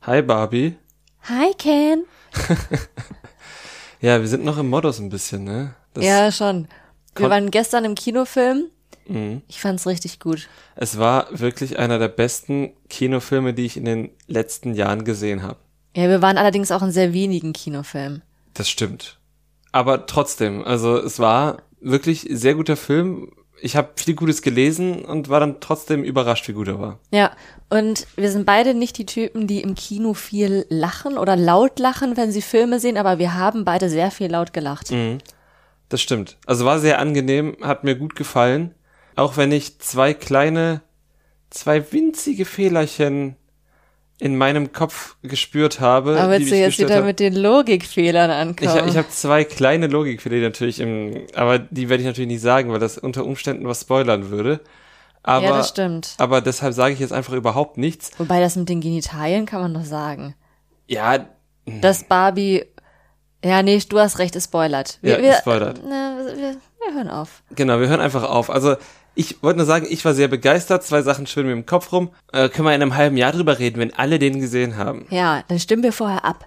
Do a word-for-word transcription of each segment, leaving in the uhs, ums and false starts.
Hi Barbie. Hi Ken. Ja, wir sind noch im Modus ein bisschen, ne? Das ja, schon. Wir kon- waren gestern im Kinofilm. Mhm. Ich fand's richtig gut. Es war wirklich einer der besten Kinofilme, die ich in den letzten Jahren gesehen habe. Ja, wir waren allerdings auch in sehr wenigen Kinofilmen. Das stimmt. Aber trotzdem, also es war wirklich ein sehr guter Film. Ich habe viel Gutes gelesen und war dann trotzdem überrascht, wie gut er war. Ja, und wir sind beide nicht die Typen, die im Kino viel lachen oder laut lachen, wenn sie Filme sehen, aber wir haben beide sehr viel laut gelacht. Mhm. Das stimmt. Also war sehr angenehm, hat mir gut gefallen. Auch wenn ich zwei kleine, zwei winzige Fehlerchen in meinem Kopf gespürt habe. Aber willst du jetzt wieder hab. mit den Logikfehlern ankommen? Ich, ich habe zwei kleine Logikfehler natürlich, im, aber die werde ich natürlich nicht sagen, weil das unter Umständen was spoilern würde. Aber, ja, das stimmt. Aber deshalb sage ich jetzt einfach überhaupt nichts. Wobei das mit den Genitalien kann man doch sagen. Ja. Dass Barbie, ja nee, du hast recht, es spoilert. Wir, ja, wir, es spoilert. Na, wir, wir hören auf. Genau, wir hören einfach auf. Also ich wollte nur sagen, ich war sehr begeistert, zwei Sachen schwirren mir im Kopf rum. Äh, können wir in einem halben Jahr drüber reden, wenn alle den gesehen haben. Ja, dann stimmen wir vorher ab.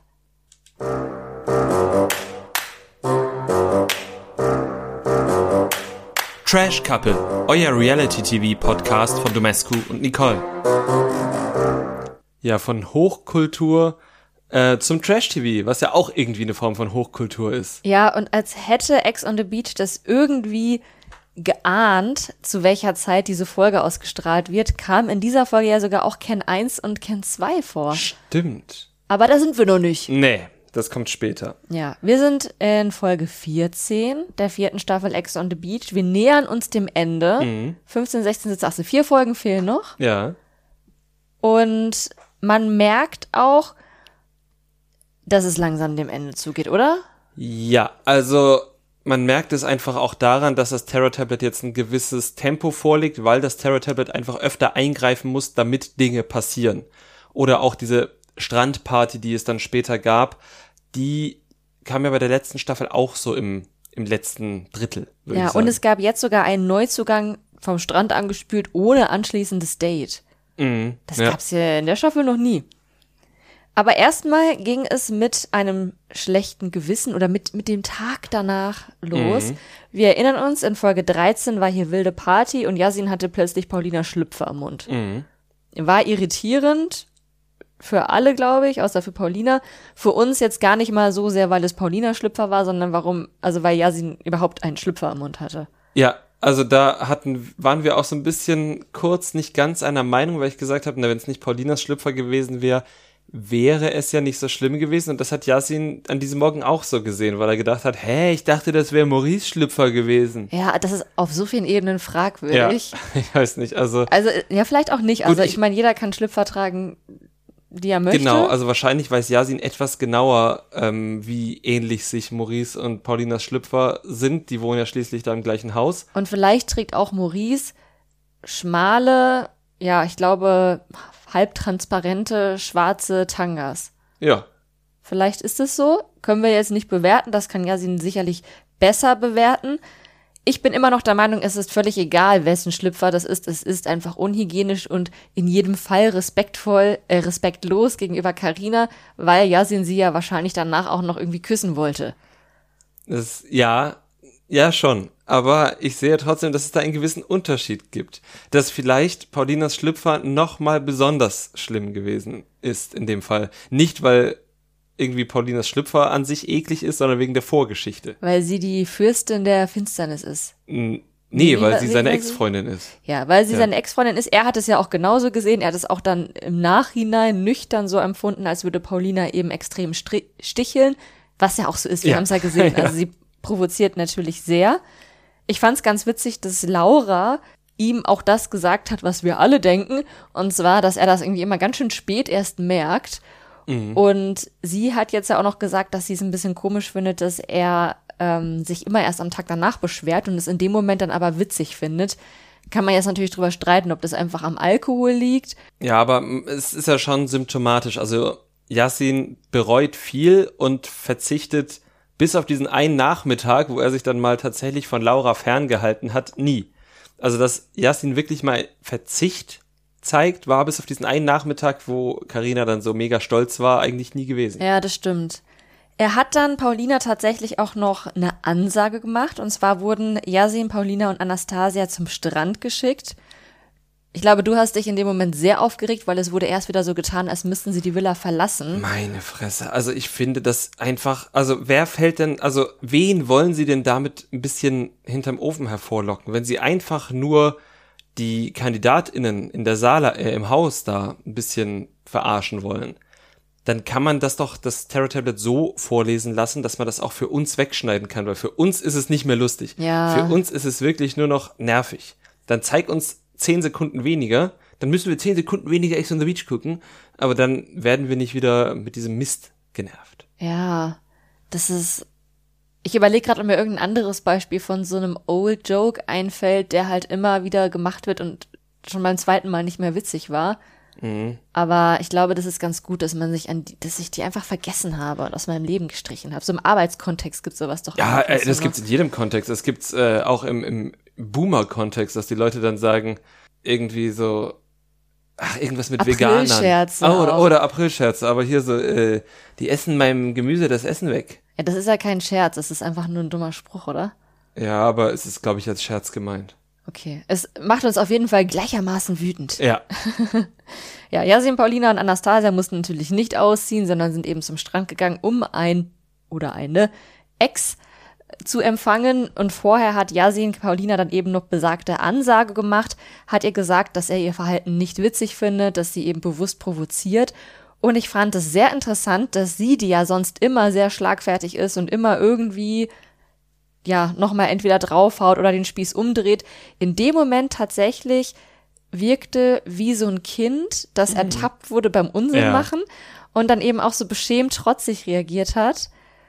Trash Couple, euer Reality-T V-Podcast von Domescu und Nicole. Ja, von Hochkultur äh, zum Trash-T V, was ja auch irgendwie eine Form von Hochkultur ist. Ja, und als hätte Ex on the Beach das irgendwie geahnt, zu welcher Zeit diese Folge ausgestrahlt wird, kam in dieser Folge ja sogar auch Ken eins und Ken zwei vor. Stimmt. Aber da sind wir noch nicht. Nee, das kommt später. Ja, wir sind in Folge vierzehn der vierten Staffel Ex on the Beach. Wir nähern uns dem Ende. Mhm. fünfzehn, sechzehn, siebzehn, achtzehn, vier Folgen fehlen noch. Ja. Und man merkt auch, dass es langsam dem Ende zugeht, oder? Ja, also man merkt es einfach auch daran, dass das Terror-Tablet jetzt ein gewisses Tempo vorlegt, weil das Terror-Tablet einfach öfter eingreifen muss, damit Dinge passieren. Oder auch diese Strandparty, die es dann später gab, die kam ja bei der letzten Staffel auch so im, im letzten Drittel, würde ja, ich sagen. Und es gab jetzt sogar einen Neuzugang vom Strand angespült, ohne anschließendes Date. Mhm, das ja. gab's ja in der Staffel noch nie. Aber erstmal ging es mit einem schlechten Gewissen oder mit, mit dem Tag danach los. Mhm. Wir erinnern uns, in Folge dreizehn war hier wilde Party und Yasin hatte plötzlich Paulina Schlüpfer im Mund. Mhm. War irritierend für alle, glaube ich, außer für Paulina. Für uns jetzt gar nicht mal so sehr, weil es Paulina Schlüpfer war, sondern warum, also weil Yasin überhaupt einen Schlüpfer im Mund hatte. Ja, also da hatten, waren wir auch so ein bisschen kurz nicht ganz einer Meinung, weil ich gesagt habe, na, wenn es nicht Paulinas Schlüpfer gewesen wäre, wäre es ja nicht so schlimm gewesen. Und das hat Yasin an diesem Morgen auch so gesehen, weil er gedacht hat, hä, ich dachte, das wäre Maurice Schlüpfer gewesen. Ja, das ist auf so vielen Ebenen fragwürdig. Ja, ich weiß nicht, also. Also, ja, vielleicht auch nicht. Gut, also, ich, ich meine, jeder kann Schlüpfer tragen, die er möchte. Genau, also wahrscheinlich weiß Yasin etwas genauer, ähm, wie ähnlich sich Maurice und Paulinas Schlüpfer sind. Die wohnen ja schließlich da im gleichen Haus. Und vielleicht trägt auch Maurice schmale, ja, ich glaube, halbtransparente, schwarze Tangas. Ja. Vielleicht ist es so. Können wir jetzt nicht bewerten. Das kann Yasin sicherlich besser bewerten. Ich bin immer noch der Meinung, es ist völlig egal, wessen Schlüpfer das ist. Es ist einfach unhygienisch und in jedem Fall respektvoll, äh, respektlos gegenüber Carina, weil Yasin sie ja wahrscheinlich danach auch noch irgendwie küssen wollte. Das, ja, ja schon. Aber ich sehe trotzdem, dass es da einen gewissen Unterschied gibt. Dass vielleicht Paulinas Schlüpfer noch mal besonders schlimm gewesen ist in dem Fall. Nicht, weil irgendwie Paulinas Schlüpfer an sich eklig ist, sondern wegen der Vorgeschichte. Weil sie die Fürstin der Finsternis ist. N- nee, wie, weil sie wie, seine weil Ex-Freundin ist. Ja, weil sie Ja. seine Ex-Freundin ist. Er hat es ja auch genauso gesehen. Er hat es auch dann im Nachhinein nüchtern so empfunden, als würde Paulina eben extrem stri- sticheln. Was ja auch so ist, wir Ja. haben es ja gesehen. Ja. Also sie provoziert natürlich sehr. Ich fand es ganz witzig, dass Laura ihm auch das gesagt hat, was wir alle denken. Und zwar, dass er das irgendwie immer ganz schön spät erst merkt. Mhm. Und sie hat jetzt ja auch noch gesagt, dass sie es ein bisschen komisch findet, dass er ähm, sich immer erst am Tag danach beschwert und es in dem Moment dann aber witzig findet. Kann man jetzt natürlich drüber streiten, ob das einfach am Alkohol liegt. Ja, aber es ist ja schon symptomatisch. Also Yasin bereut viel und verzichtet bis auf diesen einen Nachmittag, wo er sich dann mal tatsächlich von Laura ferngehalten hat, nie. Also dass Yasin wirklich mal Verzicht zeigt, war bis auf diesen einen Nachmittag, wo Carina dann so mega stolz war, eigentlich nie gewesen. Ja, das stimmt. Er hat dann Paulina tatsächlich auch noch eine Ansage gemacht. Und zwar wurden Yasin, Paulina und Anastasia zum Strand geschickt. Ich glaube, du hast dich in dem Moment sehr aufgeregt, weil es wurde erst wieder so getan, als müssten sie die Villa verlassen. Meine Fresse. Also ich finde das einfach, also wer fällt denn, also wen wollen sie denn damit ein bisschen hinterm Ofen hervorlocken? Wenn sie einfach nur die KandidatInnen in der Saal, äh, im Haus da ein bisschen verarschen wollen, dann kann man das doch, das Terror Tablet so vorlesen lassen, dass man das auch für uns wegschneiden kann, weil für uns ist es nicht mehr lustig. Ja. Für uns ist es wirklich nur noch nervig. Dann zeig uns zehn Sekunden weniger, dann müssen wir zehn Sekunden weniger Ex on the Beach gucken, aber dann werden wir nicht wieder mit diesem Mist genervt. Ja, das ist, ich überlege gerade, ob mir irgendein anderes Beispiel von so einem Old Joke einfällt, der halt immer wieder gemacht wird und schon beim zweiten Mal nicht mehr witzig war. Mhm. Aber ich glaube, das ist ganz gut, dass man sich an die, dass ich die einfach vergessen habe und aus meinem Leben gestrichen habe. So im Arbeitskontext gibt es sowas doch. Ja, äh, das so gibt's in jedem Kontext. Das gibt's äh, auch im, im Boomer-Kontext, dass die Leute dann sagen, irgendwie so, ach, irgendwas mit Veganern. Aprilscherze. Oh, oder, oder Aprilscherze, aber hier so, äh, die essen meinem Gemüse das Essen weg. Ja, das ist ja kein Scherz, das ist einfach nur ein dummer Spruch, oder? Ja, aber es ist, glaube ich, als Scherz gemeint. Okay, es macht uns auf jeden Fall gleichermaßen wütend. Ja. Ja, Yasin, Paulina und Anastasia mussten natürlich nicht ausziehen, sondern sind eben zum Strand gegangen, um ein oder eine Ex zu empfangen. Und vorher hat Yasin Paulina dann eben noch besagte Ansage gemacht, hat ihr gesagt, dass er ihr Verhalten nicht witzig findet, dass sie eben bewusst provoziert. Und ich fand es sehr interessant, dass sie, die ja sonst immer sehr schlagfertig ist und immer irgendwie ja nochmal entweder draufhaut oder den Spieß umdreht, in dem Moment tatsächlich wirkte wie so ein Kind, das ertappt wurde beim Unsinn Ja. machen und dann eben auch so beschämt trotzig reagiert hat.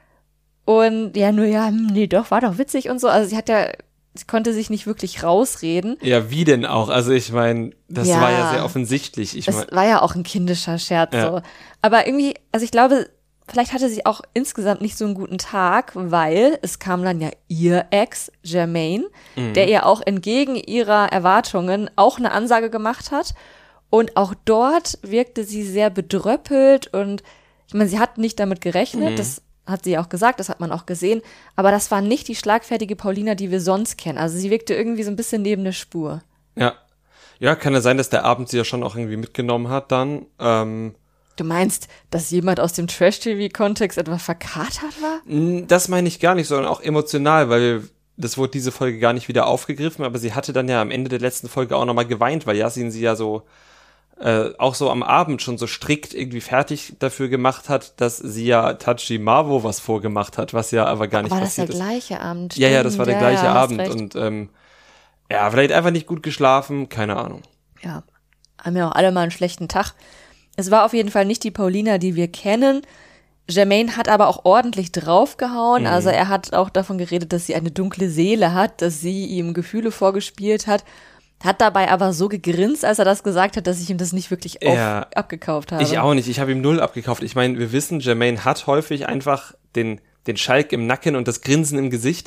Und ja, nur ja, hm, nee, doch, war doch witzig und so. Also sie hat ja, sie konnte sich nicht wirklich rausreden. Ja, wie denn auch? Also ich meine, das Ja. war ja sehr offensichtlich. Ich Es mein, war ja auch ein kindischer Scherz Ja. so. Aber irgendwie, also ich glaube, vielleicht hatte sie auch insgesamt nicht so einen guten Tag, weil es kam dann ja ihr Ex, Jermaine, Mhm. der ihr auch entgegen ihrer Erwartungen auch eine Ansage gemacht hat. Und auch dort wirkte sie sehr bedröppelt und ich meine, sie hat nicht damit gerechnet, Mhm. das hat sie ja auch gesagt, das hat man auch gesehen, aber das war nicht die schlagfertige Paulina, die wir sonst kennen. Also sie wirkte irgendwie so ein bisschen neben der Spur. ja. Ja, kann ja sein, dass der Abend sie ja schon auch irgendwie mitgenommen hat dann. Ähm, Du meinst, dass jemand aus dem Trash-T V-Kontext etwa verkatert war? n- das meine ich gar nicht, sondern auch emotional, weil das wurde diese Folge gar nicht wieder aufgegriffen, aber sie hatte dann ja am Ende der letzten Folge auch nochmal geweint, weil Yasin sie ja so äh, auch so am Abend schon so strikt irgendwie fertig dafür gemacht hat, dass sie ja Tachi Marvo was vorgemacht hat, was ja aber gar nicht War das der passiert ist. gleiche Abend? Ja, ja, das war der Stimmt. gleiche ja, hast Abend recht. und ähm, ja, vielleicht einfach nicht gut geschlafen, keine Ahnung. Ja, haben ja auch alle mal einen schlechten Tag. Es war auf jeden Fall nicht die Paulina, die wir kennen. Jermaine hat aber auch ordentlich draufgehauen. Mhm. Also er hat auch davon geredet, dass sie eine dunkle Seele hat, dass sie ihm Gefühle vorgespielt hat. Hat dabei aber so gegrinst, als er das gesagt hat, dass ich ihm das nicht wirklich auf, Ja. abgekauft habe. Ich auch nicht, ich habe ihm null abgekauft. Ich meine, wir wissen, Jermaine hat häufig einfach den, den Schalk im Nacken und das Grinsen im Gesicht.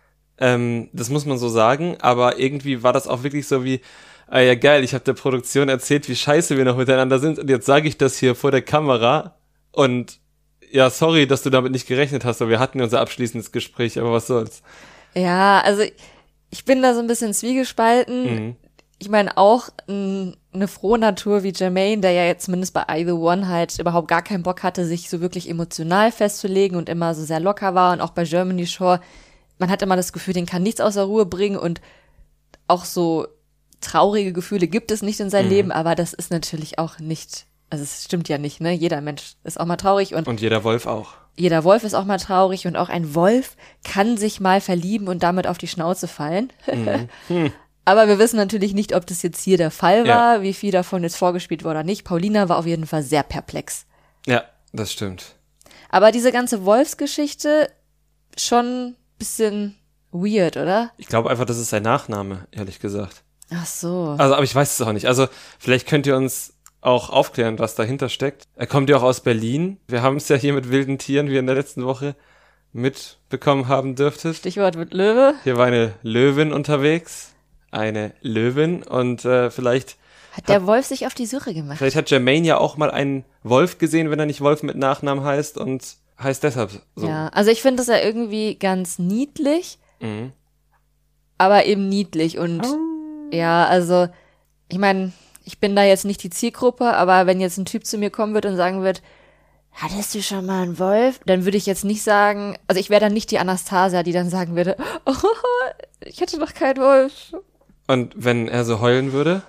Ähm, das muss man so sagen, aber irgendwie war das auch wirklich so wie, ah ja geil, ich habe der Produktion erzählt, wie scheiße wir noch miteinander sind und jetzt sage ich das hier vor der Kamera und ja, sorry, dass du damit nicht gerechnet hast, aber wir hatten unser abschließendes Gespräch, aber was soll's. Ja, also ich bin da so ein bisschen zwiegespalten. Mhm. Ich meine auch n- eine frohe Natur wie Jermaine, der ja jetzt zumindest bei I The One halt überhaupt gar keinen Bock hatte, sich so wirklich emotional festzulegen und immer so sehr locker war und auch bei Germany Shore, man hat immer das Gefühl, den kann nichts aus der Ruhe bringen und auch so traurige Gefühle gibt es nicht in seinem Mhm. Leben, aber das ist natürlich auch nicht, also es stimmt ja nicht, ne? Jeder Mensch ist auch mal traurig und Und jeder Wolf auch. jeder Wolf ist auch mal traurig und auch ein Wolf kann sich mal verlieben und damit auf die Schnauze fallen. Hm. Aber wir wissen natürlich nicht, ob das jetzt hier der Fall war, wie viel davon jetzt vorgespielt wurde oder nicht. Paulina war auf jeden Fall sehr perplex. Ja, das stimmt. Aber diese ganze Wolfsgeschichte schon ein bisschen weird, oder? Ich glaube einfach, das ist sein Nachname, ehrlich gesagt. Ach so. Also, aber ich weiß es auch nicht. Also, vielleicht könnt ihr uns auch aufklären, was dahinter steckt. Er kommt ja auch aus Berlin. Wir haben es ja hier mit wilden Tieren, wie ihr in der letzten Woche mitbekommen haben dürftet. Stichwort mit Löwe. Hier war eine Löwin unterwegs. Eine Löwin. Und äh, vielleicht Hat der Wolf sich auf die Suche gemacht? Vielleicht hat Jermaine ja auch mal einen Wolf gesehen, wenn er nicht Wolf mit Nachnamen heißt und heißt deshalb so. Ja, also ich finde das ja irgendwie ganz niedlich, Mhm. aber eben niedlich und ja, also ich meine, ich bin da jetzt nicht die Zielgruppe, aber wenn jetzt ein Typ zu mir kommen wird und sagen wird, hattest du schon mal einen Wolf? Dann würde ich jetzt nicht sagen, also ich wäre dann nicht die Anastasia, die dann sagen würde, oh, ich hatte noch keinen Wolf. Und wenn er so heulen würde?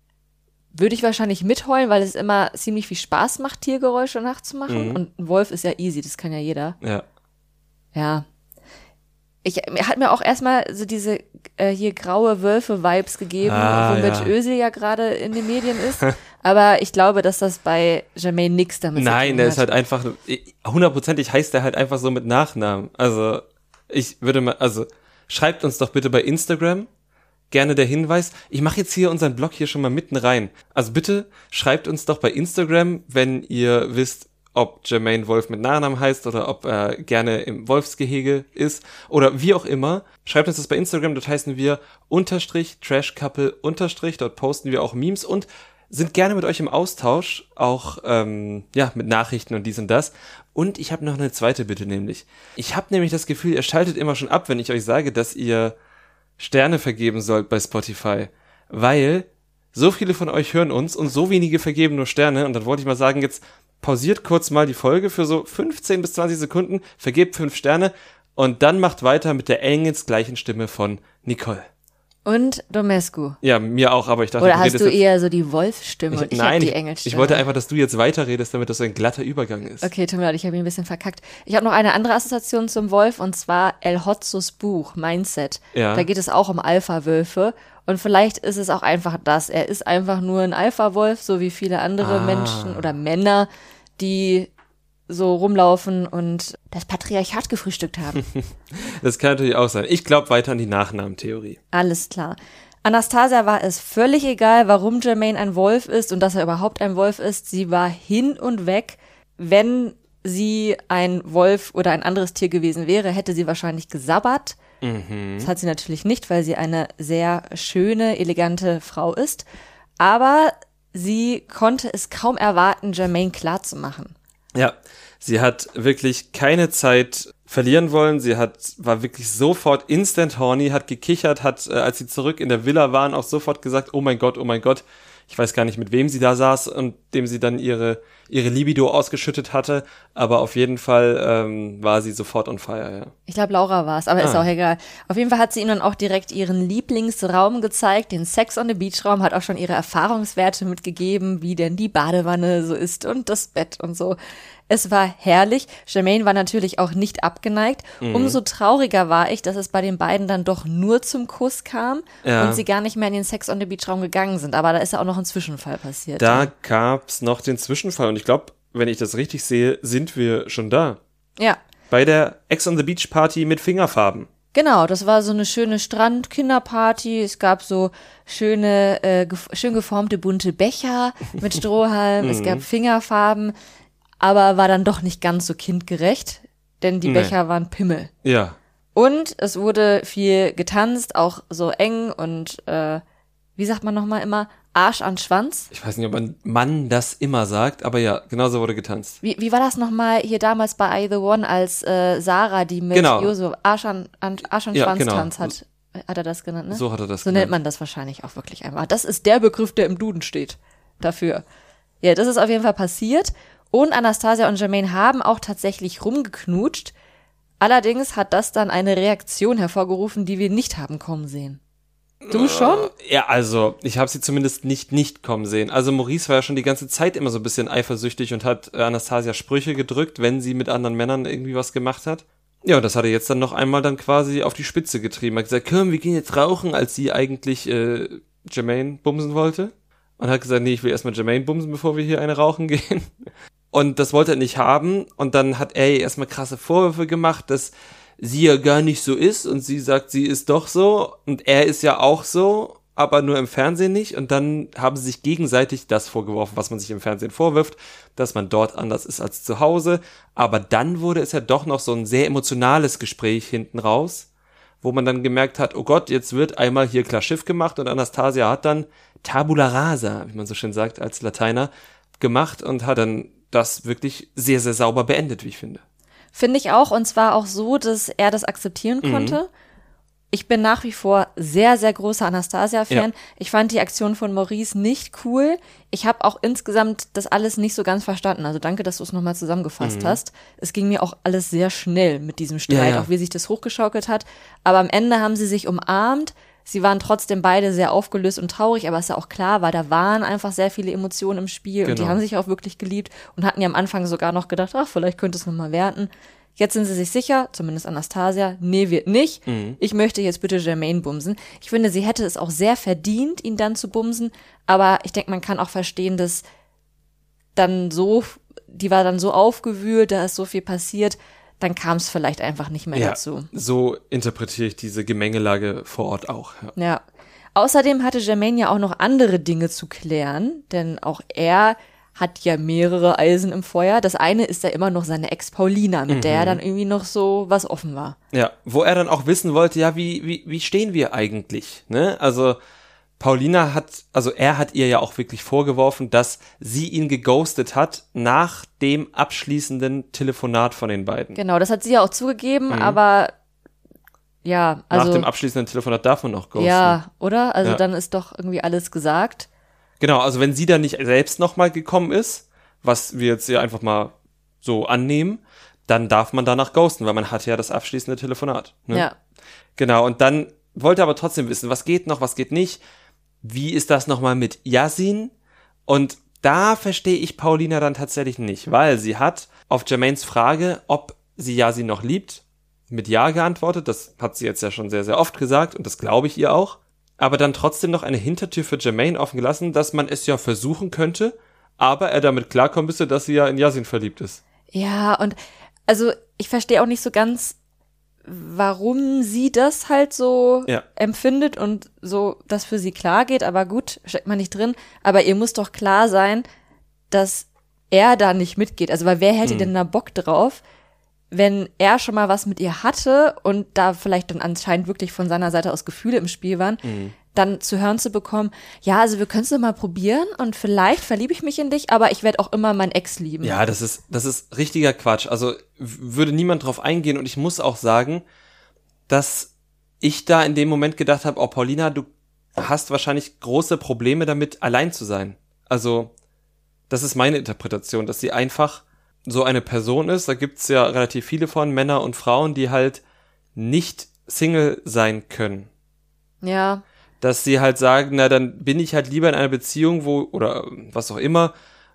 Würde ich wahrscheinlich mitheulen, weil es immer ziemlich viel Spaß macht, Tiergeräusche nachzumachen. Mhm. Und ein Wolf ist ja easy, das kann ja jeder. Ja. Ja. Ich hat mir auch erstmal so diese äh, hier graue Wölfe-Vibes gegeben, Ah, womit ja. Özil ja gerade in den Medien ist. Aber ich glaube, dass das bei Jermaine nichts damit zu Nein, tun der hat. ist halt einfach, hundertprozentig heißt der halt einfach so mit Nachnamen. Also, ich würde mal, also, schreibt uns doch bitte bei Instagram gerne der Hinweis. Ich mache jetzt hier unseren Blog hier schon mal mitten rein. Also bitte schreibt uns doch bei Instagram, wenn ihr wisst, ob Jermaine Wolf mit Nachnamen heißt oder ob er gerne im Wolfsgehege ist oder wie auch immer. Schreibt uns das bei Instagram, dort heißen wir unterstrich trashcouple unterstrich, dort posten wir auch Memes und sind gerne mit euch im Austausch, auch ähm, ja mit Nachrichten und dies und das. Und ich habe noch eine zweite Bitte, nämlich. Ich habe nämlich das Gefühl, ihr schaltet immer schon ab, wenn ich euch sage, dass ihr Sterne vergeben sollt bei Spotify, weil so viele von euch hören uns und so wenige vergeben nur Sterne und dann wollte ich mal sagen, jetzt pausiert kurz mal die Folge für so fünfzehn bis zwanzig Sekunden, vergebt fünf Sterne und dann macht weiter mit der engelsgleichen Stimme von Nicole. Und Domescu. Ja, mir auch, aber ich dachte, Oder du hast redest du jetzt, eher so die Wolfsstimme und ich habe nein, die ich, Engelstimme? ich wollte einfach, dass du jetzt weiterredest, damit das so ein glatter Übergang ist. Okay, tut mir leid, ich habe ihn ein bisschen verkackt. Ich habe noch eine andere Assoziation zum Wolf und zwar El Hotzos Buch, Mindset. Ja. Da geht es auch um Alpha-Wölfe und vielleicht ist es auch einfach das. Er ist einfach nur ein Alpha-Wolf, so wie viele andere Ah. Menschen oder Männer, die so rumlaufen und das Patriarchat gefrühstückt haben. Das kann natürlich auch sein. Ich glaube weiter an die Nachnamentheorie. Alles klar. Anastasia war es völlig egal, warum Jermaine ein Wolf ist und dass er überhaupt ein Wolf ist. Sie war hin und weg. Wenn sie ein Wolf oder ein anderes Tier gewesen wäre, hätte sie wahrscheinlich gesabbert. Mhm. Das hat sie natürlich nicht, weil sie eine sehr schöne, elegante Frau ist. Aber sie konnte es kaum erwarten, Jermaine klarzumachen. Ja, sie hat wirklich keine Zeit verlieren wollen. Sie hat war wirklich sofort instant horny, hat gekichert, hat, äh, als sie zurück in der Villa waren, auch sofort gesagt, oh mein Gott, oh mein Gott. Ich weiß gar nicht, mit wem sie da saß und dem sie dann ihre ihre Libido ausgeschüttet hatte, aber auf jeden Fall ähm, war sie sofort on fire, ja. Ich glaube, Laura war es, aber ist Ah. auch egal. Auf jeden Fall hat sie ihm dann auch direkt ihren Lieblingsraum gezeigt, den Sex on the Beach Raum, hat auch schon ihre Erfahrungswerte mitgegeben, wie denn die Badewanne so ist und das Bett und so. Es war herrlich. Jermaine war natürlich auch nicht abgeneigt. Mhm. Umso trauriger war ich, dass es bei den beiden dann doch nur zum Kuss kam Ja. und sie gar nicht mehr in den Sex on the Beach Raum gegangen sind. Aber da ist ja auch noch ein Zwischenfall passiert. Da gab's noch den Zwischenfall und ich glaube, wenn ich das richtig sehe, sind wir schon da. Ja. Bei der Ex on the Beach Party mit Fingerfarben. Genau, das war so eine schöne Strand-Kinderparty. Es gab so schöne, äh, gef- schön geformte bunte Becher mit Strohhalm. Es gab Fingerfarben, aber war dann doch nicht ganz so kindgerecht, denn die Nee. Becher waren Pimmel. Ja. Und es wurde viel getanzt, auch so eng und, äh, wie sagt man nochmal immer, Arsch an Schwanz. Ich weiß nicht, ob ein Mann das immer sagt, aber ja, genauso wurde getanzt. Wie, wie war das nochmal hier damals bei I The One, als äh, Sarah, die mit Genau. Joso Arsch an, an, Arsch an Ja, Schwanz genau. tanzt hat? Hat er das genannt, ne? So hat er das So genannt. nennt man das wahrscheinlich auch wirklich einfach. Das ist der Begriff, der im Duden steht dafür. Ja, das ist auf jeden Fall passiert. Und Anastasia und Jermaine haben auch tatsächlich rumgeknutscht. Allerdings hat das dann eine Reaktion hervorgerufen, die wir nicht haben kommen sehen. Du schon? Ja, also, ich habe sie zumindest nicht nicht kommen sehen. Also Maurice war ja schon die ganze Zeit immer so ein bisschen eifersüchtig und hat äh, Anastasia Sprüche gedrückt, wenn sie mit anderen Männern irgendwie was gemacht hat. Ja, und das hat er jetzt dann noch einmal dann quasi auf die Spitze getrieben. Er hat gesagt, komm, wir gehen jetzt rauchen, als sie eigentlich äh, Jermaine bumsen wollte. Und hat gesagt, nee, ich will erstmal Jermaine bumsen, bevor wir hier eine rauchen gehen. Und das wollte er nicht haben. Und dann hat er ihr erstmal krasse Vorwürfe gemacht, dass sie ja gar nicht so ist. Und sie sagt, sie ist doch so. Und er ist ja auch so, aber nur im Fernsehen nicht. Und dann haben sie sich gegenseitig das vorgeworfen, was man sich im Fernsehen vorwirft, dass man dort anders ist als zu Hause. Aber dann wurde es ja doch noch so ein sehr emotionales Gespräch hinten raus, wo man dann gemerkt hat, oh Gott, jetzt wird einmal hier klar Schiff gemacht und Anastasia hat dann Tabula Rasa, wie man so schön sagt als Lateiner, gemacht und hat dann das wirklich sehr, sehr sauber beendet, wie ich finde. Finde ich auch, und zwar auch so, dass er das akzeptieren konnte. Mhm. Ich bin nach wie vor sehr, sehr großer Anastasia-Fan. Ja. Ich fand die Aktion von Maurice nicht cool. Ich habe auch insgesamt das alles nicht so ganz verstanden. Also danke, dass du es nochmal zusammengefasst mhm. hast. Es ging mir auch alles sehr schnell mit diesem Streit, ja, ja. auch wie sich das hochgeschaukelt hat. Aber am Ende haben sie sich umarmt. Sie waren trotzdem beide sehr aufgelöst und traurig, aber es ist ja auch klar, weil da waren einfach sehr viele Emotionen im Spiel. Genau. Und die haben sich auch wirklich geliebt und hatten ja am Anfang sogar noch gedacht, ach, vielleicht könnte es nochmal werden. Jetzt sind sie sich sicher, zumindest Anastasia, nee, wird nicht. Mhm. Ich möchte jetzt bitte Jermaine bumsen. Ich finde, sie hätte es auch sehr verdient, ihn dann zu bumsen. Aber ich denke, man kann auch verstehen, dass dann so, die war dann so aufgewühlt, da ist so viel passiert, dann kam es vielleicht einfach nicht mehr ja, dazu. So interpretiere ich diese Gemengelage vor Ort auch. Ja. ja. Außerdem hatte Jermaine ja auch noch andere Dinge zu klären, denn auch er hat ja mehrere Eisen im Feuer. Das eine ist ja immer noch seine Ex Paulina, mit mhm. der dann irgendwie noch so was offen war. Ja, wo er dann auch wissen wollte, ja, wie wie wie stehen wir eigentlich, ne? Also Paulina hat, also er hat ihr ja auch wirklich vorgeworfen, dass sie ihn geghostet hat nach dem abschließenden Telefonat von den beiden. Genau, das hat sie ja auch zugegeben, mhm. aber ja, also nach dem abschließenden Telefonat darf man noch ghosten. Ja, oder? Also ja. dann ist doch irgendwie alles gesagt. Genau, also wenn sie dann nicht selbst nochmal gekommen ist, was wir jetzt ja einfach mal so annehmen, dann darf man danach ghosten, weil man hat ja das abschließende Telefonat. Ne? Ja. Genau, und dann wollte er aber trotzdem wissen, was geht noch, was geht nicht. Wie ist das nochmal mit Yasin? Und da verstehe ich Paulina dann tatsächlich nicht, weil sie hat auf Jermaines Frage, ob sie Yasin noch liebt, mit Ja geantwortet. Das hat sie jetzt ja schon sehr, sehr oft gesagt und das glaube ich ihr auch. Aber dann trotzdem noch eine Hintertür für Jermaine offen gelassen, dass man es ja versuchen könnte, aber er damit klarkommen müsste, dass sie ja in Yasin verliebt ist. Ja, und also ich verstehe auch nicht so ganz, warum sie das halt so ja. empfindet und so das für sie klar geht, aber gut, steckt man nicht drin. Aber ihr muss doch klar sein, dass er da nicht mitgeht. Also weil wer hätte mhm. denn da Bock drauf, wenn er schon mal was mit ihr hatte und da vielleicht dann anscheinend wirklich von seiner Seite aus Gefühle im Spiel waren, mhm. dann zu hören zu bekommen, ja, also wir können es mal probieren und vielleicht verliebe ich mich in dich, aber ich werde auch immer meinen Ex lieben. Ja, das ist, das ist richtiger Quatsch. Also würde niemand drauf eingehen und ich muss auch sagen, dass ich da in dem Moment gedacht habe, oh Paulina, du hast wahrscheinlich große Probleme damit, allein zu sein. Also das ist meine Interpretation, dass sie einfach so eine Person ist, da gibt's ja relativ viele von, Männer und Frauen, die halt nicht Single sein können. Ja. Dass sie halt sagen, na dann bin ich halt lieber in einer Beziehung, wo, oder was auch immer,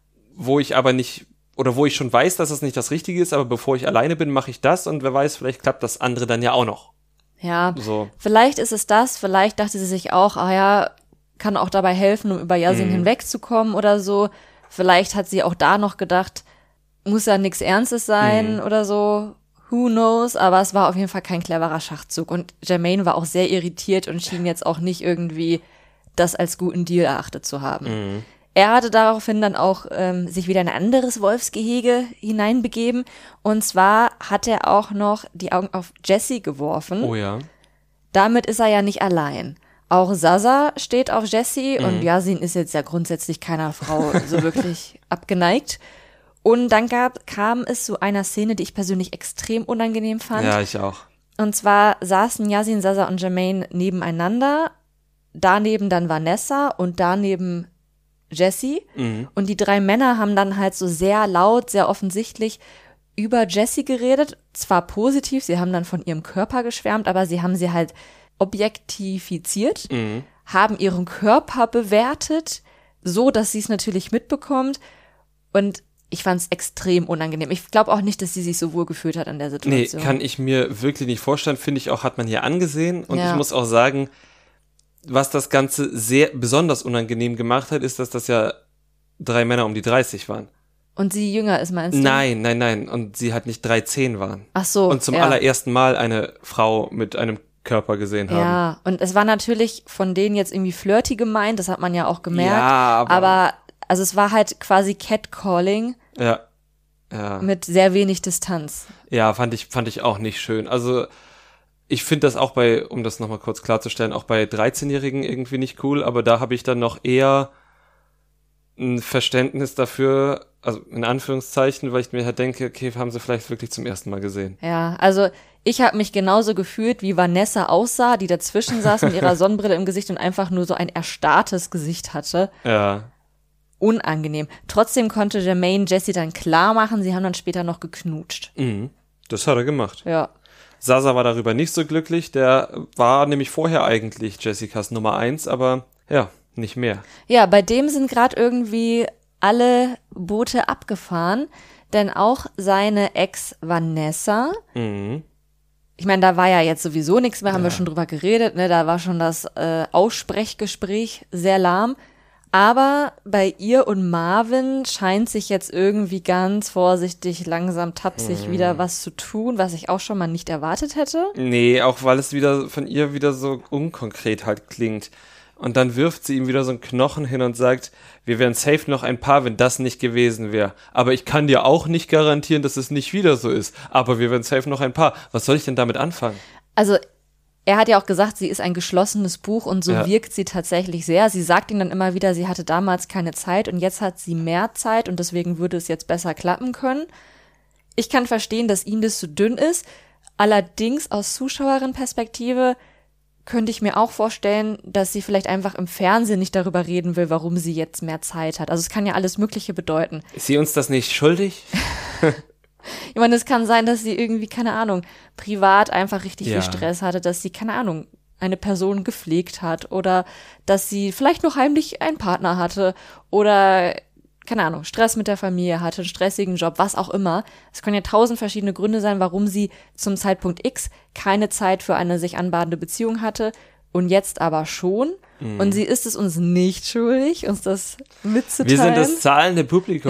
wo ich aber nicht, oder wo ich schon weiß, dass das nicht das Richtige ist, aber bevor ich alleine bin, mache ich das und wer weiß, vielleicht klappt das andere dann ja auch noch. Ja, so. Vielleicht ist es das, vielleicht dachte sie sich auch, ah ja, kann auch dabei helfen, um über Yasin mhm. hinwegzukommen oder so. Vielleicht hat sie auch da noch gedacht, muss ja nichts Ernstes sein mhm. oder so, who knows, aber es war auf jeden Fall kein cleverer Schachzug und Jermaine war auch sehr irritiert und schien jetzt auch nicht irgendwie das als guten Deal erachtet zu haben. Mhm. Er hatte daraufhin dann auch ähm, sich wieder in ein anderes Wolfsgehege hineinbegeben und zwar hat er auch noch die Augen auf Jessie geworfen. Oh ja. Damit ist er ja nicht allein. Auch Zaza steht auf Jessie mhm. und Yasin ist jetzt ja grundsätzlich keiner Frau so wirklich abgeneigt. Und dann gab, kam es zu einer Szene, die ich persönlich extrem unangenehm fand. Ja, ich auch. Und zwar saßen Yasin, Zaza und Jermaine nebeneinander. Daneben dann Vanessa und daneben Jessie. Mhm. Und die drei Männer haben dann halt so sehr laut, sehr offensichtlich über Jessie geredet. Zwar positiv, sie haben dann von ihrem Körper geschwärmt, aber sie haben sie halt objektifiziert, mhm. haben ihren Körper bewertet, so dass sie es natürlich mitbekommt. Und ich fand es extrem unangenehm. Ich glaube auch nicht, dass sie sich so wohl gefühlt hat an der Situation. Nee, kann ich mir wirklich nicht vorstellen. Finde ich auch, hat man hier angesehen. Und ja. ich muss auch sagen, was das Ganze sehr besonders unangenehm gemacht hat, ist, dass das ja drei Männer um die dreißig waren. Und sie jünger ist, meinst du? Nein, nein, nein. Und sie halt nicht dreizehn waren. Ach so. Und zum ja. allerersten Mal eine Frau mit einem Körper gesehen haben. Ja, und es war natürlich von denen jetzt irgendwie flirty gemeint, das hat man ja auch gemerkt. Ja, aber, aber also es war halt quasi Catcalling. Ja. ja. Mit sehr wenig Distanz. Ja, fand ich, fand ich auch nicht schön. Also Ich finde das auch bei, um das nochmal kurz klarzustellen, auch bei dreizehnjährigen irgendwie nicht cool, aber da habe ich dann noch eher ein Verständnis dafür, also in Anführungszeichen, weil ich mir halt denke, okay, haben sie vielleicht wirklich zum ersten Mal gesehen. Ja, also ich habe mich genauso gefühlt, wie Vanessa aussah, die dazwischen saß mit ihrer Sonnenbrille im Gesicht und einfach nur so ein erstarrtes Gesicht hatte. Ja. Unangenehm. Trotzdem konnte Jermaine Jessie dann klar machen, sie haben dann später noch geknutscht. Mhm. Das hat er gemacht. Ja. Sasa war darüber nicht so glücklich, der war nämlich vorher eigentlich Jessicas Nummer eins, aber ja, nicht mehr. Ja, bei dem sind gerade irgendwie alle Boote abgefahren, denn auch seine Ex Vanessa, Mhm. ich meine, da war ja jetzt sowieso nichts mehr, haben Ja. wir schon drüber geredet, ne? Da war schon das äh, Aussprechgespräch sehr lahm. Aber bei ihr und Marvin scheint sich jetzt irgendwie ganz vorsichtig, langsam tapsig Mhm. wieder was zu tun, was ich auch schon mal nicht erwartet hätte. Nee, auch weil es wieder von ihr wieder so unkonkret halt klingt. Und dann wirft sie ihm wieder so einen Knochen hin und sagt, wir wären safe noch ein Paar, wenn das nicht gewesen wäre. Aber ich kann dir auch nicht garantieren, dass es nicht wieder so ist. Aber wir wären safe noch ein Paar. Was soll ich denn damit anfangen? Also er hat ja auch gesagt, sie ist ein geschlossenes Buch und so Ja. wirkt sie tatsächlich sehr. Sie sagt ihm dann immer wieder, sie hatte damals keine Zeit und jetzt hat sie mehr Zeit und deswegen würde es jetzt besser klappen können. Ich kann verstehen, dass ihm das zu dünn ist. Allerdings aus Zuschauerin-Perspektive könnte ich mir auch vorstellen, dass sie vielleicht einfach im Fernsehen nicht darüber reden will, warum sie jetzt mehr Zeit hat. Also es kann ja alles Mögliche bedeuten. Ist sie uns das nicht schuldig? Ich meine, es kann sein, dass sie irgendwie, keine Ahnung, privat einfach richtig Ja. viel Stress hatte, dass sie, keine Ahnung, eine Person gepflegt hat oder dass sie vielleicht noch heimlich einen Partner hatte oder, keine Ahnung, Stress mit der Familie hatte, einen stressigen Job, was auch immer. Es können ja tausend verschiedene Gründe sein, warum sie zum Zeitpunkt X keine Zeit für eine sich anbahnende Beziehung hatte und jetzt aber schon. Mhm. Und sie ist es uns nicht schuldig, uns das mitzuteilen. Wir sind das zahlende Publikum.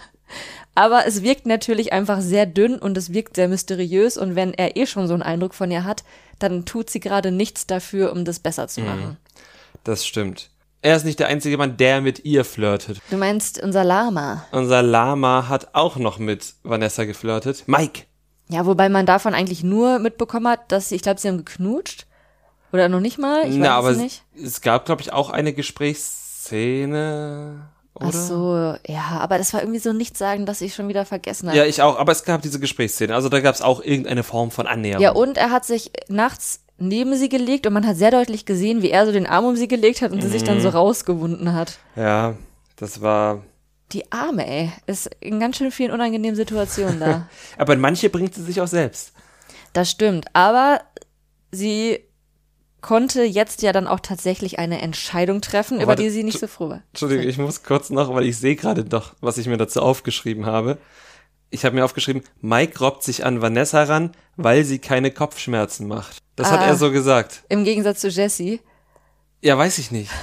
Aber es wirkt natürlich einfach sehr dünn und es wirkt sehr mysteriös. Und wenn er eh schon so einen Eindruck von ihr hat, dann tut sie gerade nichts dafür, um das besser zu machen. Das stimmt. Er ist nicht der einzige Mann, der mit ihr flirtet. Du meinst unser Lama. Unser Lama hat auch noch mit Vanessa geflirtet. Mike. Ja, wobei man davon eigentlich nur mitbekommen hat, dass sie, ich glaube, sie haben geknutscht. Oder noch nicht mal, ich weiß Na, aber es es, nicht. es gab, glaube ich, auch eine Gesprächsszene, oder? Ach so, ja, aber das war irgendwie so nichts sagen, dass ich schon wieder vergessen habe. Ja, ich auch, aber es gab diese Gesprächsszene. Also da gab es auch irgendeine Form von Annäherung. Ja, und er hat sich nachts neben sie gelegt und man hat sehr deutlich gesehen, wie er so den Arm um sie gelegt hat und sie sich dann so rausgewunden hat. Ja, das war... Die Arme, ey, ist in ganz schön vielen unangenehmen Situationen da. Aber in manche bringt sie sich auch selbst. Das stimmt, aber sie konnte jetzt ja dann auch tatsächlich eine Entscheidung treffen, Oh, über warte, die sie nicht so froh war. Entschuldigung, ich muss kurz noch, weil ich sehe gerade doch, was ich mir dazu aufgeschrieben habe. Ich habe mir aufgeschrieben, Mike robbt sich an Vanessa ran, weil sie keine Kopfschmerzen macht. Das hat Ah. er so gesagt. Im Gegensatz zu Jessie. Ja, weiß ich nicht.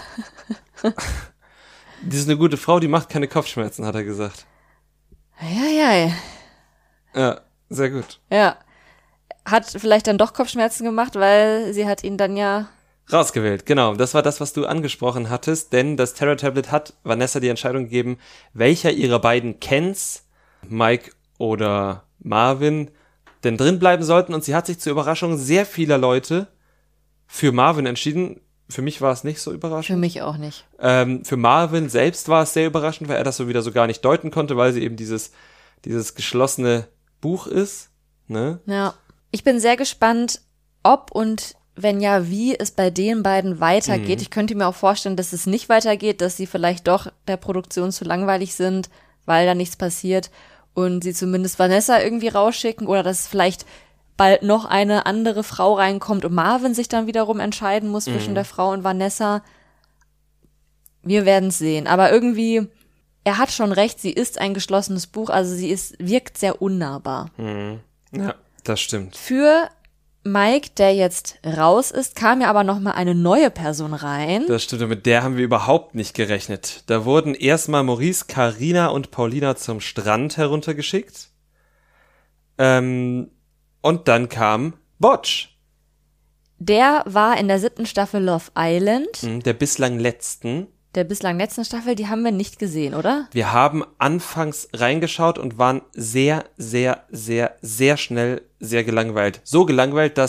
Die ist eine gute Frau, die macht keine Kopfschmerzen, hat er gesagt. Ja, ja, ja. Ja, sehr gut. Ja. Hat vielleicht dann doch Kopfschmerzen gemacht, weil sie hat ihn dann ja... Rausgewählt, genau. Das war das, was du angesprochen hattest, denn das Terror Tablet hat Vanessa die Entscheidung gegeben, welcher ihrer beiden Kens, Mike oder Marvin, denn drin bleiben sollten, und sie hat sich zur Überraschung sehr vieler Leute für Marvin entschieden. Für mich war es nicht so Für überraschend. mich auch nicht. Ähm, für Marvin selbst war es sehr überraschend, weil er das so wieder so gar nicht deuten konnte, weil sie eben dieses, dieses geschlossene Buch ist. Ne? Ja. Ich bin sehr gespannt, ob und wenn ja, wie es bei den beiden weitergeht. Mhm. Ich könnte mir auch vorstellen, dass es nicht weitergeht, dass sie vielleicht doch der Produktion zu langweilig sind, weil da nichts passiert und sie zumindest Vanessa irgendwie rausschicken oder dass vielleicht bald noch eine andere Frau reinkommt und Marvin sich dann wiederum entscheiden muss zwischen Mhm. der Frau und Vanessa. Wir werden es sehen. Aber irgendwie, er hat schon recht, sie ist ein geschlossenes Buch, also sie ist, wirkt sehr unnahbar. Mhm. Ja, das stimmt. Für Mike, der jetzt raus ist, kam ja aber noch mal eine neue Person rein. Das stimmt, und mit der haben wir überhaupt nicht gerechnet. Da wurden erstmal Maurice, Carina und Paulina zum Strand heruntergeschickt. Ähm, und dann kam Botsch, Der war in der siebten Staffel Love Island, mhm, der bislang letzten. der bislang letzten Staffel, die haben wir nicht gesehen, oder? Wir haben anfangs reingeschaut und waren sehr, sehr, sehr, sehr schnell sehr gelangweilt. So gelangweilt, dass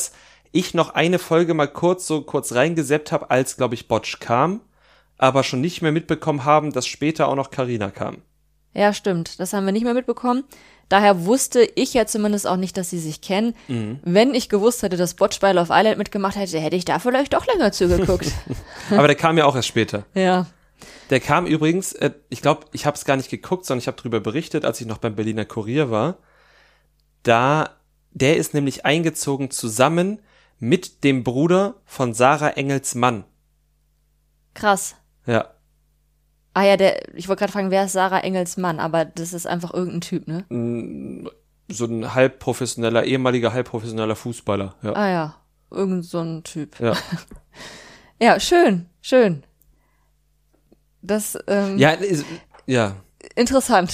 ich noch eine Folge mal kurz so kurz reingeseppt habe, als, glaube ich, Botsch kam, aber schon nicht mehr mitbekommen haben, dass später auch noch Carina kam. Ja, stimmt. Das haben wir nicht mehr mitbekommen. Daher wusste ich ja zumindest auch nicht, dass sie sich kennen. Mhm. Wenn ich gewusst hätte, dass Botsch bei Love Island mitgemacht hätte, hätte ich da vielleicht doch länger zugeguckt. Aber der kam ja auch erst später. Ja. Der kam übrigens, äh, ich glaube, ich habe es gar nicht geguckt, sondern ich habe darüber berichtet, als ich noch beim Berliner Kurier war. Da, der ist nämlich eingezogen zusammen mit dem Bruder von Sarah Engels Mann. Krass. Ja. Ah ja, der, ich wollte gerade fragen, wer ist Sarah Engels Mann, aber das ist einfach irgendein Typ, ne? So ein halbprofessioneller, ehemaliger halbprofessioneller Fußballer. Ja. Ah ja, irgend so ein Typ. Ja, ja, schön, schön. Das, ähm, ja, ist, ja. Interessant.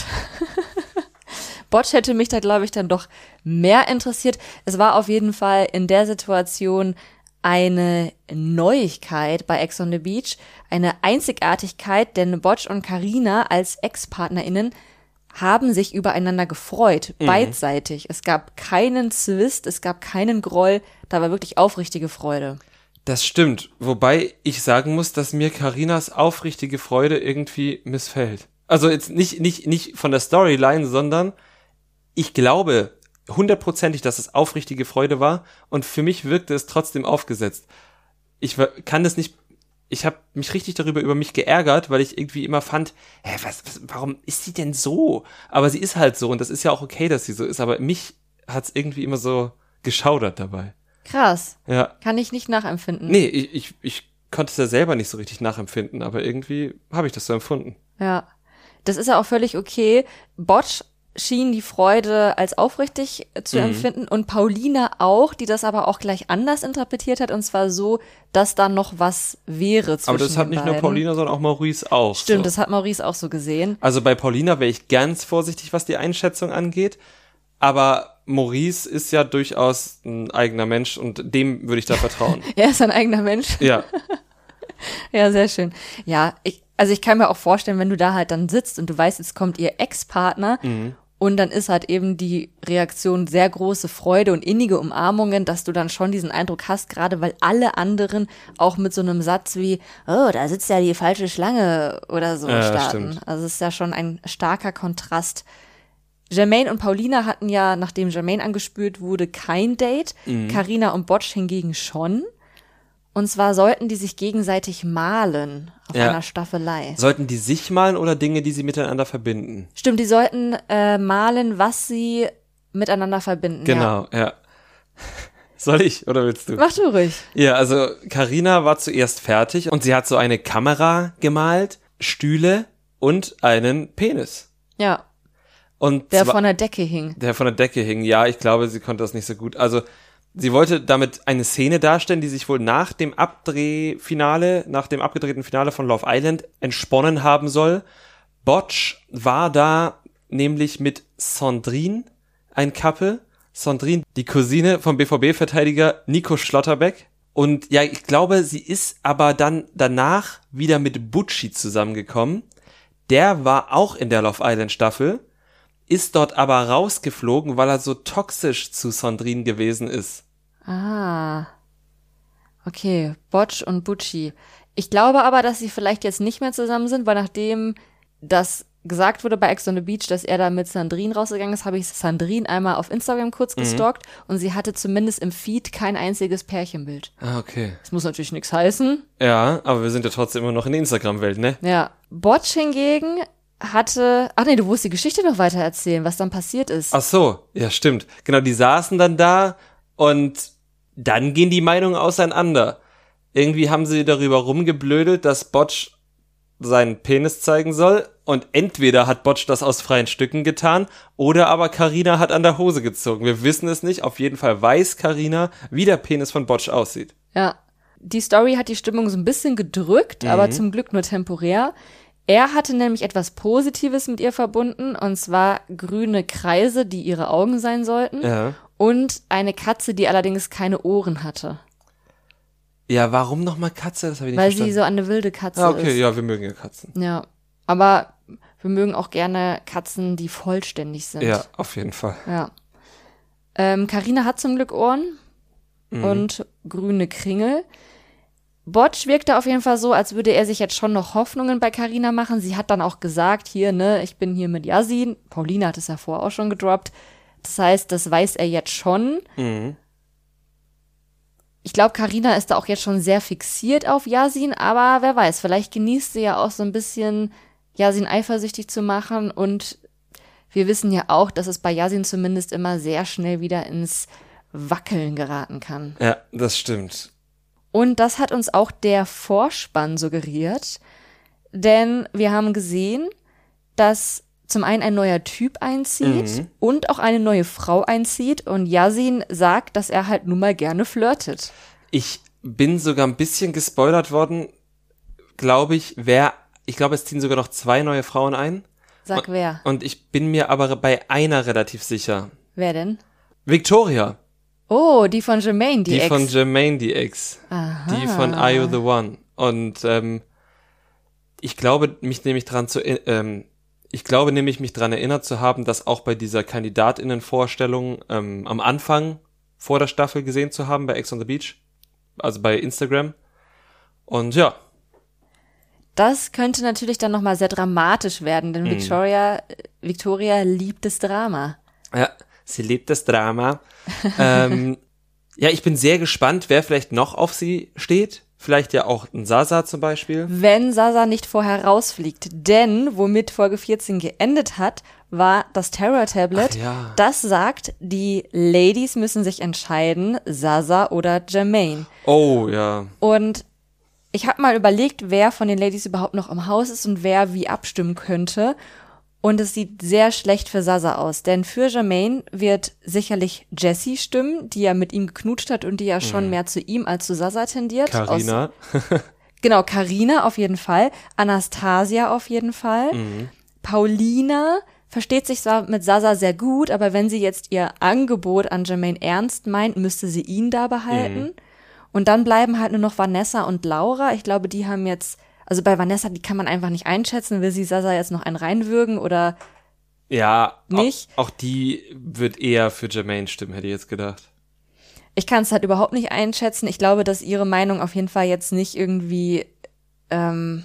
Botsch hätte mich da, glaube ich, dann doch mehr interessiert. Es war auf jeden Fall in der Situation eine Neuigkeit bei Ex on the Beach, eine Einzigartigkeit, denn Botsch und Carina als Ex-PartnerInnen haben sich übereinander gefreut, mhm. beidseitig. Es gab keinen Zwist, es gab keinen Groll, da war wirklich aufrichtige Freude. Das stimmt, wobei ich sagen muss, dass mir Carinas aufrichtige Freude irgendwie missfällt. Also jetzt nicht, nicht, nicht von der Storyline, sondern ich glaube hundertprozentig, dass es aufrichtige Freude war und für mich wirkte es trotzdem aufgesetzt. Ich kann das nicht, ich habe mich richtig darüber über mich geärgert, weil ich irgendwie immer fand, hä, was, was, warum ist sie denn so? Aber sie ist halt so und das ist ja auch okay, dass sie so ist, aber mich hat's irgendwie immer so geschaudert dabei. Krass. Ja. Kann ich nicht nachempfinden. Nee, ich, ich, ich konnte es ja selber nicht so richtig nachempfinden, aber irgendwie habe ich das so empfunden. Ja. Das ist ja auch völlig okay. Botsch schien die Freude als aufrichtig zu mhm. empfinden und Paulina auch, die das aber auch gleich anders interpretiert hat und zwar so, dass da noch was wäre zwischen den beiden. Aber das hat nicht beiden. nur Paulina, sondern auch Maurice auch. Stimmt, so. Das hat Maurice auch so gesehen. Also bei Paulina wäre ich ganz vorsichtig, was die Einschätzung angeht, aber Maurice ist ja durchaus ein eigener Mensch und dem würde ich da vertrauen. Er ist ein eigener Mensch? Ja. Ja, sehr schön. Ja, ich, also ich kann mir auch vorstellen, wenn du da halt dann sitzt und du weißt, jetzt kommt ihr Ex-Partner mhm. und dann ist halt eben die Reaktion sehr große Freude und innige Umarmungen, dass du dann schon diesen Eindruck hast, gerade weil alle anderen auch mit so einem Satz wie, oh, da sitzt ja die falsche Schlange oder so ja, starten. Stimmt. Also es ist ja schon ein starker Kontrast. Jermaine und Paulina hatten ja, nachdem Jermaine angespült wurde, kein Date. Mhm. Carina und Botsch hingegen schon. Und zwar sollten die sich gegenseitig malen auf ja. einer Staffelei. Sollten die sich malen oder Dinge, die sie miteinander verbinden? Stimmt, die sollten äh, malen, was sie miteinander verbinden. Genau, ja. ja. Soll ich oder willst du? Mach du ruhig. Ja, also Carina war zuerst fertig und sie hat so eine Kamera gemalt, Stühle und einen Penis. Ja. Und der zwar, von der Decke hing. Der von der Decke hing, ja, ich glaube, sie konnte das nicht so gut. Also sie wollte damit eine Szene darstellen, die sich wohl nach dem Abdrehfinale, nach dem abgedrehten Finale von Love Island entsponnen haben soll. Botsch war da nämlich mit Sandrine ein Couple. Sandrine, die Cousine vom B V B-Verteidiger Nico Schlotterbeck. Und ja, ich glaube, sie ist aber dann danach wieder mit Butchie zusammengekommen. Der war auch in der Love Island Staffel, ist dort aber rausgeflogen, weil er so toxisch zu Sandrine gewesen ist. Ah, okay, Botsch und Butchie. Ich glaube aber, dass sie vielleicht jetzt nicht mehr zusammen sind, weil nachdem das gesagt wurde bei Ex on the Beach, dass er da mit Sandrine rausgegangen ist, habe ich Sandrine einmal auf Instagram kurz gestalkt mhm. und sie hatte zumindest im Feed kein einziges Pärchenbild. Ah, okay. Das muss natürlich nichts heißen. Ja, aber wir sind ja trotzdem immer noch in der Instagram-Welt, ne? Ja, Botsch hingegen hatte, ach nee, du musst die Geschichte noch weiter erzählen, was dann passiert ist. Ach so, ja stimmt. Genau, die saßen dann da und dann gehen die Meinungen auseinander. Irgendwie haben sie darüber rumgeblödelt, dass Botsch seinen Penis zeigen soll und entweder hat Botsch das aus freien Stücken getan oder aber Carina hat an der Hose gezogen. Wir wissen es nicht, auf jeden Fall weiß Carina, wie der Penis von Botsch aussieht. Ja, die Story hat die Stimmung so ein bisschen gedrückt, mhm. aber zum Glück nur temporär. Er hatte nämlich etwas Positives mit ihr verbunden, und zwar grüne Kreise, die ihre Augen sein sollten, ja. und eine Katze, die allerdings keine Ohren hatte. Ja, warum nochmal Katze? Das habe ich nicht Weil verstanden. sie so eine wilde Katze ah, okay, ist. ja, wir mögen ja Katzen. Ja, aber wir mögen auch gerne Katzen, die vollständig sind. Ja, auf jeden Fall. Ja. Ähm, Carina hat zum Glück Ohren. mhm. und grüne Kringel. Botsch wirkte auf jeden Fall so, als würde er sich jetzt schon noch Hoffnungen bei Carina machen. Sie hat dann auch gesagt, hier, ne, ich bin hier mit Yasin. Paulina hat es ja vorher auch schon gedroppt. Das heißt, das weiß er jetzt schon. Mhm. Ich glaube, Carina ist da auch jetzt schon sehr fixiert auf Yasin, aber wer weiß, vielleicht genießt sie ja auch so ein bisschen, Yasin eifersüchtig zu machen. Und wir wissen ja auch, dass es bei Yasin zumindest immer sehr schnell wieder ins Wackeln geraten kann. Ja, das stimmt. Und das hat uns auch der Vorspann suggeriert, denn wir haben gesehen, dass zum einen ein neuer Typ einzieht Mhm. und auch eine neue Frau einzieht und Yasin sagt, dass er halt nun mal gerne flirtet. Ich bin sogar ein bisschen gespoilert worden, glaube ich, wer, ich glaube, es ziehen sogar noch zwei neue Frauen ein. Sag und, wer? Und ich bin mir aber bei einer relativ sicher. Wer denn? Victoria. Oh, die von Jermaine, die, Die Ex. von Jermaine, die Ex. Aha. Die von Are You the One. Und ähm, ich glaube, mich nämlich dran zu, ähm, ich glaube nämlich, mich dran erinnert zu haben, das auch bei dieser KandidatInnen-Vorstellung ähm, am Anfang vor der Staffel gesehen zu haben, bei Ex on the Beach. Also bei Instagram. Und ja. Das könnte natürlich dann nochmal sehr dramatisch werden, denn Mhm. Victoria, Victoria liebt das Drama. Ja, sie liebt das Drama. ähm, ja, ich bin sehr gespannt, wer vielleicht noch auf sie steht. Vielleicht ja auch ein Sasa zum Beispiel. Wenn Sasa nicht vorher rausfliegt. Denn, womit Folge vierzehn geendet hat, war das Terror-Tablet. Ach ja. Das sagt, die Ladies müssen sich entscheiden, Sasa oder Jermaine. Oh, ja. Und ich habe mal überlegt, wer von den Ladies überhaupt noch im Haus ist und wer wie abstimmen könnte. Und es sieht sehr schlecht für Sasa aus, denn für Jermaine wird sicherlich Jessie stimmen, die ja mit ihm geknutscht hat und die ja schon Mhm. mehr zu ihm als zu Sasa tendiert. Carina. Aus, genau, Carina auf jeden Fall, Anastasia auf jeden Fall, Mhm. Paulina versteht sich zwar mit Sasa sehr gut, aber wenn sie jetzt ihr Angebot an Jermaine ernst meint, müsste sie ihn da behalten. Mhm. Und dann bleiben halt nur noch Vanessa und Laura. Ich glaube, die haben jetzt, also bei Vanessa, die kann man einfach nicht einschätzen. Will sie Sasa jetzt noch einen reinwürgen oder Ja, nicht? Auch, auch die wird eher für Jermaine stimmen, hätte ich jetzt gedacht. Ich kann es halt überhaupt nicht einschätzen. Ich glaube, dass ihre Meinung auf jeden Fall jetzt nicht irgendwie ähm,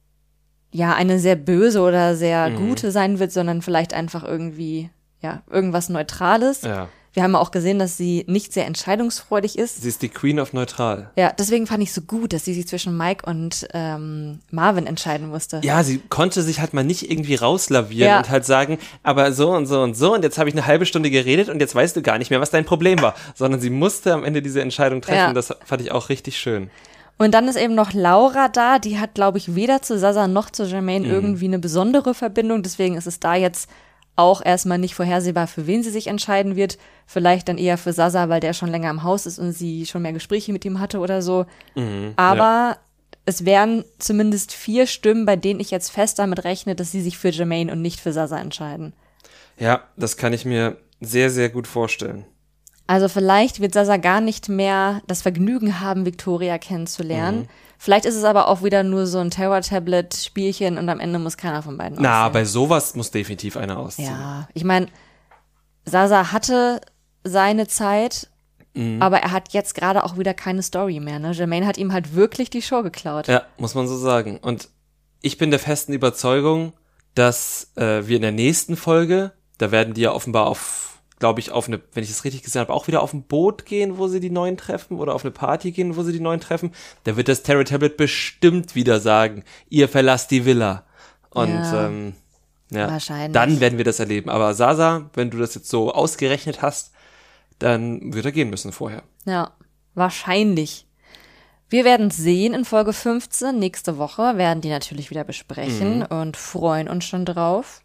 ja eine sehr böse oder sehr Mhm. gute sein wird, sondern vielleicht einfach irgendwie ja irgendwas Neutrales. Ja. Wir haben auch gesehen, dass sie nicht sehr entscheidungsfreudig ist. Sie ist die Queen of Neutral. Ja, deswegen fand ich so gut, dass sie sich zwischen Mike und ähm, Marvin entscheiden musste. Ja, sie konnte sich halt mal nicht irgendwie rauslavieren Ja. und halt sagen, aber so und so und so und jetzt habe ich eine halbe Stunde geredet und jetzt weißt du gar nicht mehr, was dein Problem war. Sondern sie musste am Ende diese Entscheidung treffen. Ja. Das fand ich auch richtig schön. Und dann ist eben noch Laura da, die hat, glaube ich, weder zu Sasa noch zu Jermaine Mhm. irgendwie eine besondere Verbindung. Deswegen ist es da jetzt auch erstmal nicht vorhersehbar, für wen sie sich entscheiden wird. Vielleicht dann eher für Sasa, weil der schon länger im Haus ist und sie schon mehr Gespräche mit ihm hatte oder so. Mhm, Aber ja. es wären zumindest vier Stimmen, bei denen ich jetzt fest damit rechne, dass sie sich für Jermaine und nicht für Sasa entscheiden. Ja, das kann ich mir sehr, sehr gut vorstellen. Also vielleicht wird Sasa gar nicht mehr das Vergnügen haben, Victoria kennenzulernen. Mhm. Vielleicht ist es aber auch wieder nur so ein Terror-Tablet-Spielchen und am Ende muss keiner von beiden Na, aussehen. bei sowas muss definitiv einer ausziehen. Ja, ich meine, Sasa hatte seine Zeit, Mhm. aber er hat jetzt gerade auch wieder keine Story mehr. Ne? Jermaine hat ihm halt wirklich die Show geklaut. Ja, muss man so sagen. Und ich bin der festen Überzeugung, dass äh, wir in der nächsten Folge, da werden die ja offenbar auf, glaube ich, auf eine, wenn ich das richtig gesehen habe, auch wieder auf ein Boot gehen, wo sie die Neuen treffen oder auf eine Party gehen, wo sie die Neuen treffen. Da wird das Terror Tablet bestimmt wieder sagen, ihr verlasst die Villa. Und Ja, ähm, ja, wahrscheinlich. dann werden wir das erleben. Aber Sasa, wenn du das jetzt so ausgerechnet hast, dann wird er gehen müssen vorher. Ja, wahrscheinlich. Wir werden es sehen in Folge fünfzehn. Nächste Woche werden die natürlich wieder besprechen Mhm. und freuen uns schon drauf.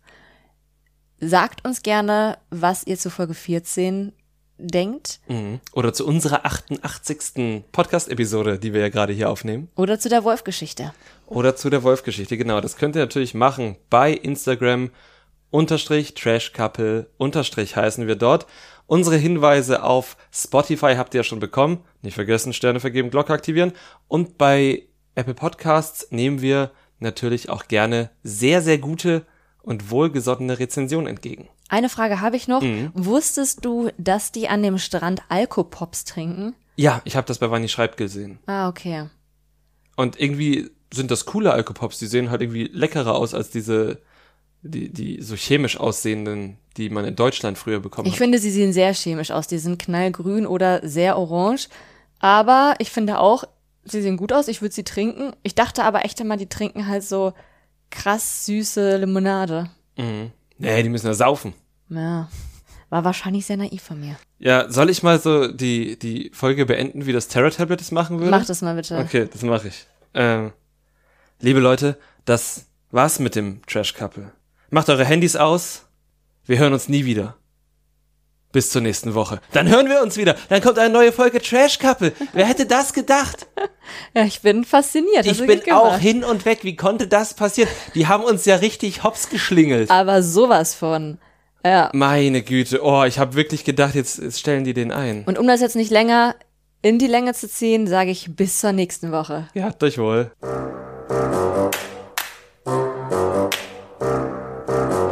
Sagt uns gerne, was ihr zu Folge vierzehn denkt Mhm. Oder zu unserer achtundachtzigsten Podcast-Episode, die wir ja gerade hier aufnehmen. oder zu der Wolf-Geschichte. Oder zu der Wolf-Geschichte, genau. Das könnt ihr natürlich machen bei Instagram, unterstrich Trashcouple, unterstrich heißen wir dort. Unsere Hinweise auf Spotify habt ihr ja schon bekommen. Nicht vergessen, Sterne vergeben, Glocke aktivieren. Und bei Apple Podcasts nehmen wir natürlich auch gerne sehr, sehr gute und wohlgesottene Rezensionen entgegen. Eine Frage habe ich noch. Mhm. Wusstest du, dass die an dem Strand Alkopops trinken? Ja, ich habe das bei Vanni Schreibt gesehen. Ah, okay. Und irgendwie sind das coole Alkopops, die sehen halt irgendwie leckerer aus als diese, die, die so chemisch aussehenden, die man in Deutschland früher bekommen Ich hat. finde, sie sehen sehr chemisch aus. Die sind knallgrün oder sehr orange. Aber ich finde auch, sie sehen gut aus. Ich würde sie trinken. Ich dachte aber echt immer, die trinken halt so krass süße Limonade. Mhm. Nee, die müssen ja saufen. Ja, war wahrscheinlich sehr naiv von mir. Ja, soll ich mal so die, die Folge beenden, wie das Terror Tablet es machen würde? Mach das mal bitte. Okay, das mache ich. Ähm, liebe Leute, das war's mit dem Trash Couple. Macht eure Handys aus. Wir hören uns nie wieder. Bis zur nächsten Woche. Dann hören wir uns wieder. Dann kommt eine neue Folge Trash Couple. Wer hätte das gedacht? Ja, ich bin fasziniert. Ich bin auch hin und weg. Wie konnte das passieren? Die haben uns ja richtig hops geschlingelt. Aber sowas von. Ja. Meine Güte. Oh, ich habe wirklich gedacht, jetzt, jetzt stellen die den ein. Und um das jetzt nicht länger in die Länge zu ziehen, sage ich bis zur nächsten Woche. Ja, habt euch wohl.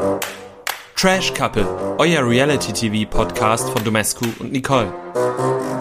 Trash Couple, euer Reality-T V-Podcast von Domescu und Nicole.